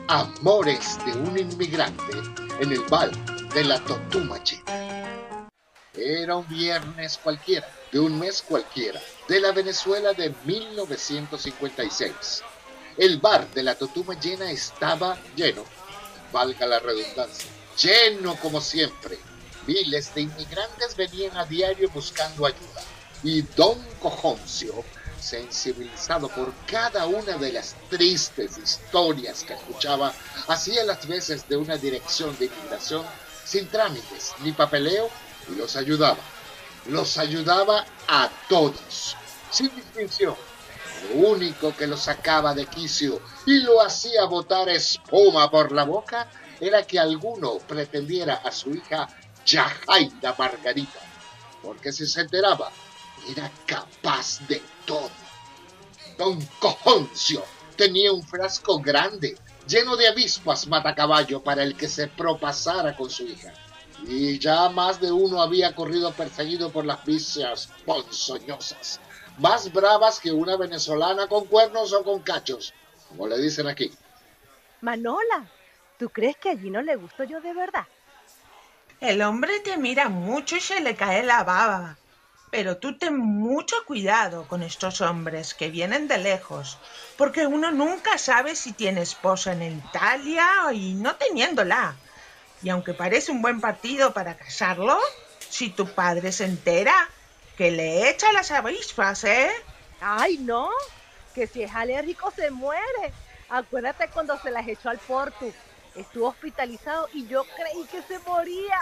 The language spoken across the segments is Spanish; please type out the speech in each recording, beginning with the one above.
Amores de un inmigrante en el bar de la Totuma China. Era un viernes cualquiera, de un mes cualquiera, de la Venezuela de 1956. El bar de la Totuma Llena estaba lleno, valga la redundancia, lleno como siempre. Miles de inmigrantes venían a diario buscando ayuda. Y Don Cojoncio, sensibilizado por cada una de las tristes historias que escuchaba, hacía las veces de una dirección de inmigración sin trámites ni papeleo y los ayudaba. Los ayudaba a todos, sin distinción. Lo único que lo sacaba de quicio y lo hacía botar espuma por la boca era que alguno pretendiera a su hija Yajaira Margarita, porque si se enteraba, era capaz de todo. Don Cojoncio tenía un frasco grande, lleno de avispas matacaballo para el que se propasara con su hija. Y ya más de uno había corrido perseguido por las vicias ponzoñosas, más bravas que una venezolana con cuernos o con cachos, como le dicen aquí. Manola, ¿tú crees que allí no le gusto yo de verdad? El hombre te mira mucho y se le cae la baba. Pero tú ten mucho cuidado con estos hombres que vienen de lejos, porque uno nunca sabe si tiene esposa en Italia y no teniéndola. Y aunque parece un buen partido para casarlo, si tu padre se entera, que le echa las avispas, ¿eh? ¡Ay, no! Que si es alérgico se muere. Acuérdate cuando se las echó al Portu. Estuvo hospitalizado y yo creí que se moría.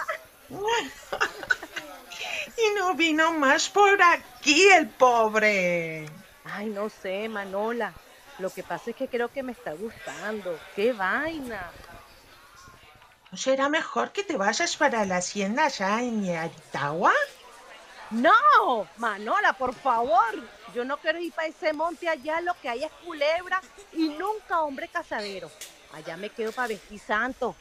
Y no vino más por aquí el pobre. Ay, no sé, Manola. Lo que pasa es que creo que me está gustando. ¡Qué vaina! ¿No será mejor que te vayas para la hacienda allá en Aritagua? ¡No! Manola, por favor. Yo no quiero ir para ese monte allá. Lo que hay es culebra y nunca hombre casadero. Allá me quedo para vestir santo.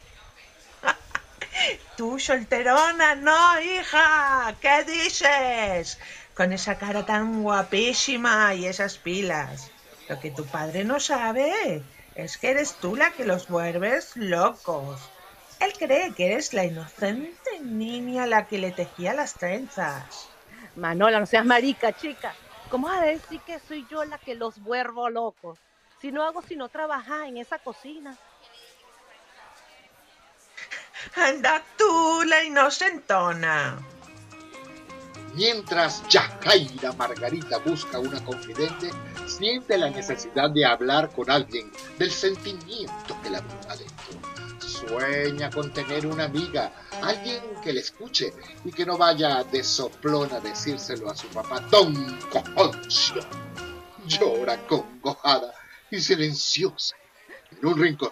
Tú, solterona, no, hija. ¿Qué dices? Con esa cara tan guapísima y esas pilas. Lo que tu padre no sabe es que eres tú la que los vuelves locos. Él cree que eres la inocente niña a la que le tejía las trenzas. Manola, no seas marica, chica. ¿Cómo vas a decir que soy yo la que los vuelvo locos? Si no hago sino trabajar en esa cocina. Anda tú, la inocentona. Mientras Yajaira Margarita busca una confidente, siente la necesidad de hablar con alguien del sentimiento que la vive adentro. Sueña con tener una amiga, alguien que le escuche y que no vaya de soplón a decírselo a su papá Don Cojoncio. Llora congojada y silenciosa en un rincón.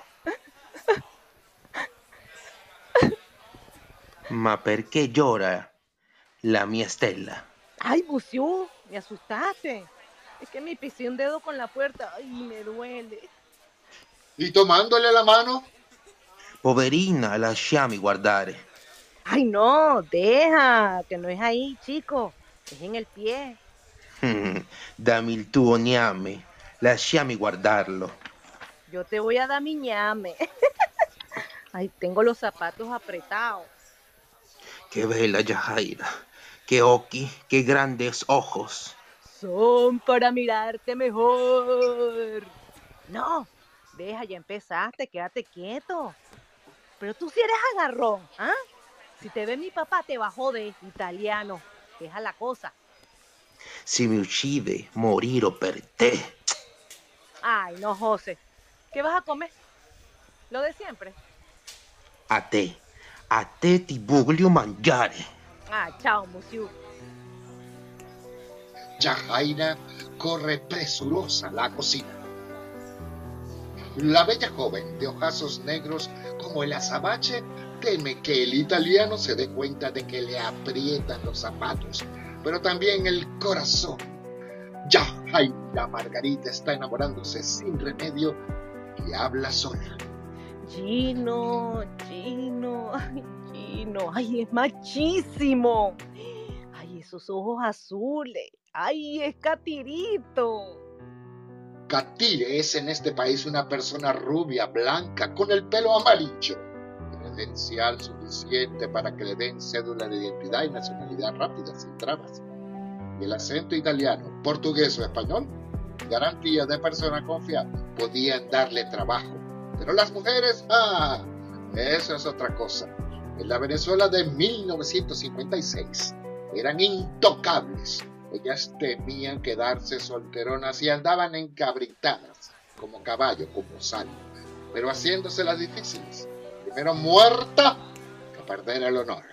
Ma perché llora la mia Stella? Ay, Buciú, me asustaste. Es que me pisé un dedo con la puerta. Ay, me duele. Y tomándole la mano, Poverina, lasciami guardare. Ay, no, deja, que no es ahí, chico. Es en el pie. Dammi il tuo gname, lasciami guardarlo. Yo te voy a dar mi ñame. Ay, tengo los zapatos apretados. Che bella Yajaira, che occhi, che grandes ojos. Son para mirarte mejor. No, deja, ya empezaste, quédate quieto. Pero tú sí eres agarrón, ¿ah? Si te ve mi papá te va a joder, italiano. Deja la cosa. Se mi uccide, morirò per te. Ay, no, José. ¿Qué vas a comer? Lo de siempre. A te ti voglio mangiare. Ah, chao, monsieur. Yajaira corre presurosa a la cocina. La bella joven de ojazos negros como el azabache teme que el italiano se dé cuenta de que le aprietan los zapatos, pero también el corazón. Yajaira Margarita está enamorándose sin remedio y habla sola. Gino, ay, es machísimo. Ay, esos ojos azules. Ay, es catirito. Katire es en este país una persona rubia, blanca, con el pelo amarillo, credencial suficiente para que le den cédula de identidad y nacionalidad rápida, sin trabas. Y el acento italiano, portugués o español, garantía de persona confiable, podían darle trabajo. Pero las mujeres, eso es otra cosa. En la Venezuela de 1956 eran intocables. Ellas temían quedarse solteronas y andaban encabritadas, como caballo, como sal, pero haciéndoselas difíciles. Primero muerta que perder el honor.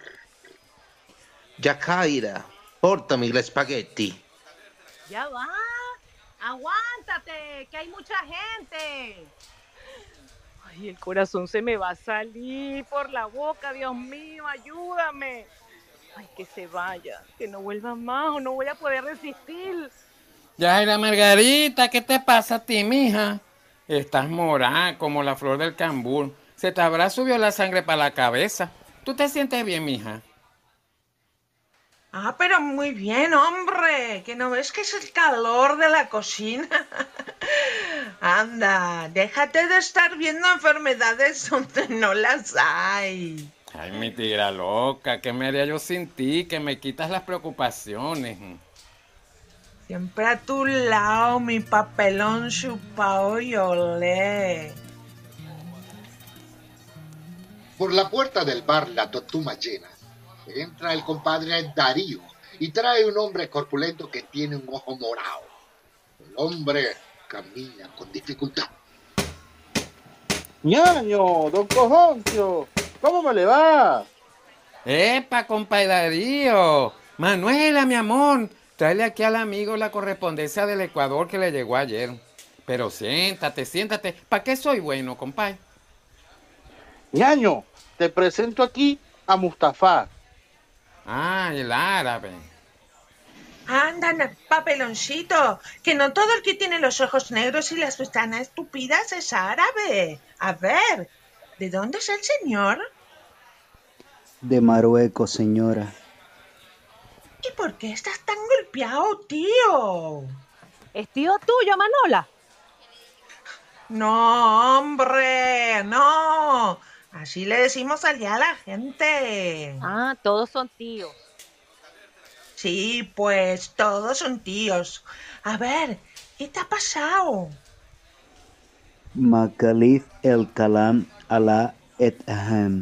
Yajaira, pórtame el espagueti. Ya va. Aguántate, que hay mucha gente. Ay, el corazón se me va a salir por la boca, Dios mío, ayúdame. Ay, que se vaya, que no vuelva más o no voy a poder resistir. Yajaira Margarita, ¿qué te pasa a ti, mija? Estás morada como la flor del cambur. Se te habrá subido la sangre para la cabeza. ¿Tú te sientes bien, mija? Pero muy bien, hombre. ¿Que no ves que es el calor de la cocina? Anda, déjate de estar viendo enfermedades donde no las hay. Ay, mi tigra loca, ¿qué me haría yo sin ti? Que me quitas las preocupaciones. Siempre a tu lado, mi papelón chupao y olé. Por la puerta del bar La Totuma Llena entra el compadre Darío y trae un hombre corpulento que tiene un ojo morado. El hombre camina con dificultad. Ñaño, don Cojoncio, ¿cómo me le va? ¡Epa, compadre Darío! Manuela, mi amor, tráele aquí al amigo la correspondencia del Ecuador que le llegó ayer. Pero siéntate, siéntate. ¿Para qué soy bueno, compadre? Ñaño, te presento aquí a Mustafa. El árabe. Anda, papeloncito, que no todo el que tiene los ojos negros y las pestañas tupidas es árabe. A ver, ¿de dónde es el señor? De Marruecos, señora. ¿Y por qué estás tan golpeado, tío? ¿Es tío tuyo, Manola? No, hombre, no. Así le decimos allá a la gente. Todos son tíos. Sí, pues todos son tíos. A ver, ¿qué te ha pasado? Makalif el Kalam ala Etham.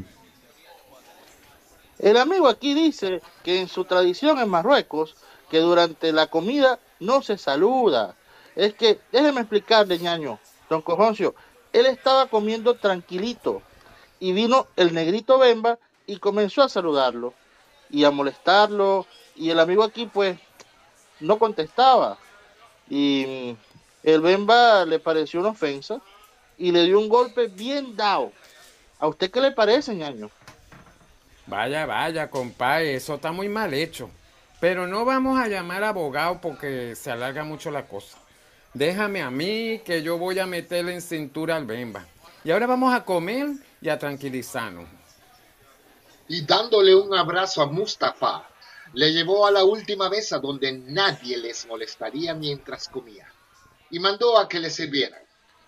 El amigo aquí dice que en su tradición en Marruecos, que durante la comida no se saluda. Es que, déjeme explicarle, ñaño, don Cojoncio, él estaba comiendo tranquilito y vino el negrito Bemba y comenzó a saludarlo y a molestarlo, y el amigo aquí pues no contestaba, y el Bemba le pareció una ofensa y le dio un golpe bien dado. ¿A usted qué le parece, ñaño? Vaya, compadre, eso está muy mal hecho. Pero no vamos a llamar abogado porque se alarga mucho la cosa. Déjame a mí que yo voy a meterle en cintura al Bemba. Y ahora vamos a comer y a tranquilizarnos. Y dándole un abrazo a Mustafa, le llevó a la última mesa donde nadie les molestaría mientras comía. Y mandó a que le sirvieran.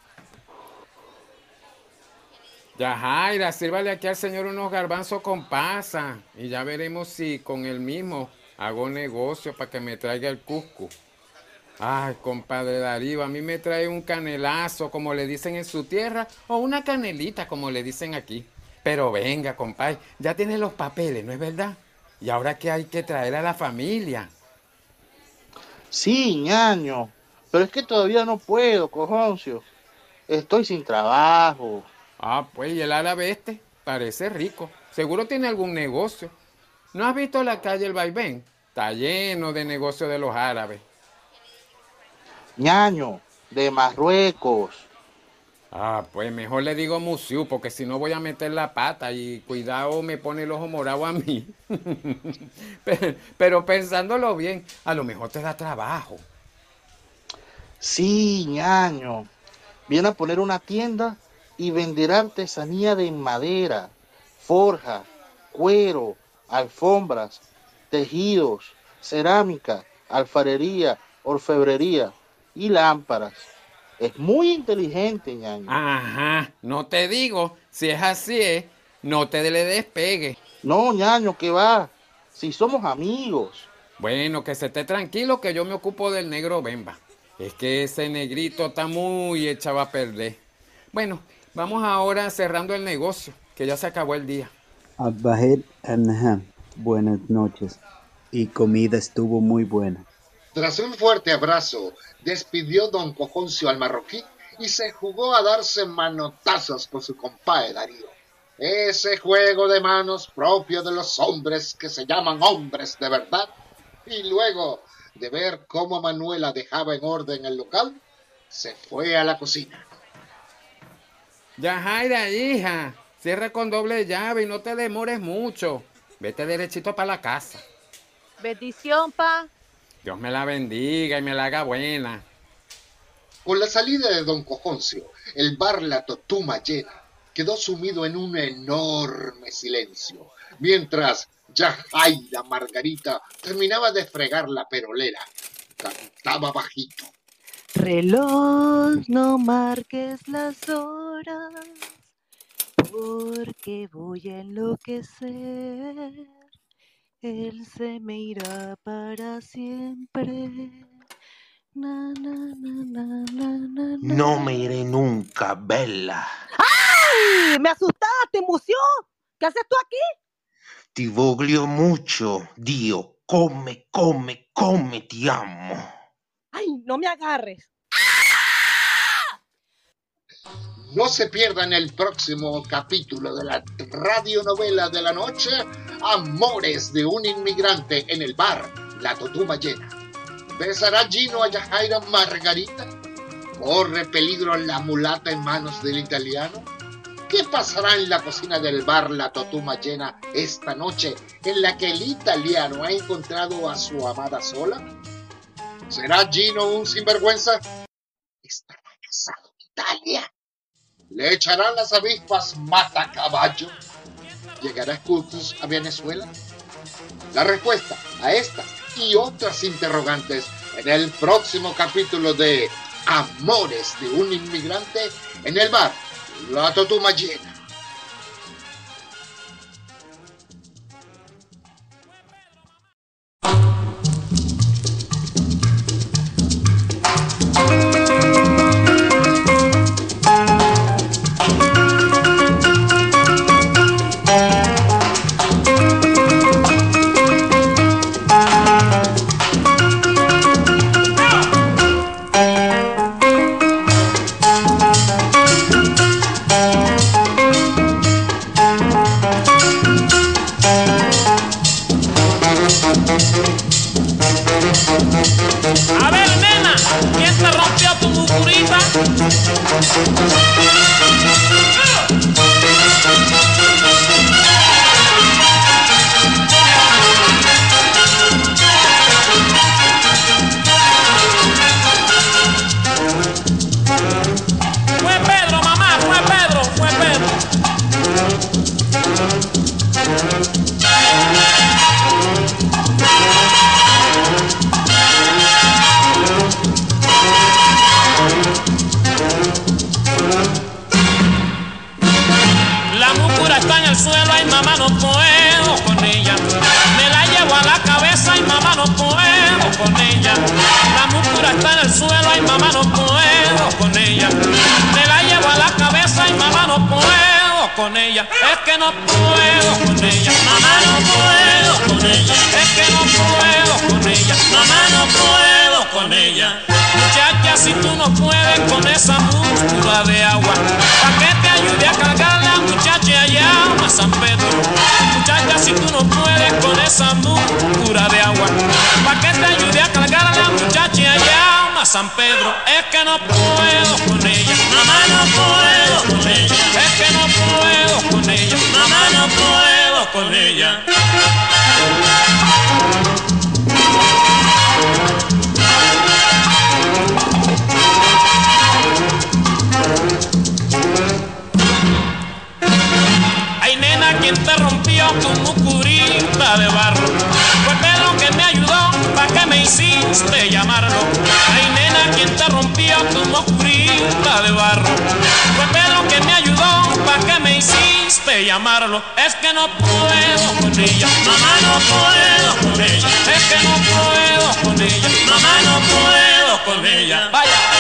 Yajaira, sírvale aquí al señor unos garbanzos con pasa. Y ya veremos si con él mismo hago negocio para que me traiga el cusco. Ay, compadre Darío, a mí me trae un canelazo, como le dicen en su tierra, o una canelita, como le dicen aquí. Pero venga, compadre, ya tiene los papeles, ¿no es verdad? Y ahora que hay que traer a la familia. Sí, ñaño, pero es que todavía no puedo, Cojoncio. Estoy sin trabajo. Pues, y el árabe este parece rico. Seguro tiene algún negocio. ¿No has visto la calle El Vaivén? Está lleno de negocios de los árabes. Ñaño, de Marruecos. Pues mejor le digo Musiu, porque si no voy a meter la pata y cuidado me pone el ojo morado a mí. pero pensándolo bien, a lo mejor te da trabajo. Sí, ñaño. Viene a poner una tienda y venderá artesanía de madera, forja, cuero, alfombras, tejidos, cerámica, alfarería, orfebrería y lámparas. Es muy inteligente, ñaño. Ajá, no te digo, si es así, no te le despegue. No, ñaño, ¿qué va? Si somos amigos. Bueno, que se esté tranquilo que yo me ocupo del negro Bemba. Es que ese negrito está muy echado a perder. Bueno, vamos ahora cerrando el negocio, que ya se acabó el día. Abbahed Anham, buenas noches. Y comida estuvo muy buena. Tras un fuerte abrazo, despidió don Cojoncio al marroquí y se jugó a darse manotazos con su compadre Darío. Ese juego de manos propio de los hombres que se llaman hombres de verdad. Y luego de ver cómo Manuela dejaba en orden el local, se fue a la cocina. Yajaira, hija, cierra con doble llave y no te demores mucho. Vete derechito para la casa. Bendición, pa. Dios me la bendiga y me la haga buena. Con la salida de don Cojoncio, el bar La Totuma Llena quedó sumido en un enorme silencio, mientras Yajaira Margarita terminaba de fregar la perolera. Cantaba bajito. Reloj, no marques las horas, porque voy a enloquecer. Él se me irá para siempre. Na, na, na, na, na, na, na. No me iré nunca, Bella. ¡Ay! ¡Me asustaste, emoción! ¿Qué haces tú aquí? Ti voglio mucho, Dio. Come, come, come, ti amo. ¡Ay, no me agarres! No se pierdan el próximo capítulo de la radionovela de la noche, Amores de un inmigrante en el bar La Totuma Llena. ¿Besará Gino a Yajaira Margarita? ¿Corre peligro la mulata en manos del italiano? ¿Qué pasará en la cocina del bar La Totuma Llena esta noche en la que el italiano ha encontrado a su amada sola? ¿Será Gino un sinvergüenza? ¿Estará casado en Italia? ¿Le echarán las avispas mata caballo? ¿Llegará Escutus a Venezuela? La respuesta a estas y otras interrogantes en el próximo capítulo de Amores de un inmigrante en el bar La Totuma Llena. A ver, nena, ¿quién te rompió tu mucurita? Fue Pedro, mamá, fue Pedro, fue Pedro. La mucura está en el suelo, ay mamá no puedo con ella. Me la llevo a la cabeza, ay mamá no puedo con ella. La mucura está en el suelo, ay mamá no puedo con ella. Me la llevo a la cabeza, ay mamá no puedo con ella. Es que no puedo con ella, mamá no puedo con ella. Es que no puedo con ella, mamá no puedo con ella. Muchacha, si tú no puedes con esa muscula de agua, ¿pa' qué te ayude a cargar la muchacha allá a San Pedro? Muchacha, si tú no puedes con esa muscula de agua, ¿pa' qué te ayude a cargar a la muchacha allá a San Pedro? Es que no puedo con ella, mamá no puedo con ella. Es que no puedo con ella, mamá no puedo con ella. Ay, nena, ¿quién te rompió tu mucurita de barro? Fue Pedro que me ayudó, ¿pa' qué me hiciste llamarlo? Ay, nena, quien te rompía tu mosquita de barro. Fue Pedro que me ayudó, pa' que me hiciste llamarlo. Es que no puedo con ella, mamá, no puedo con ella. Es que no puedo con ella, mamá, no puedo con ella. Vaya.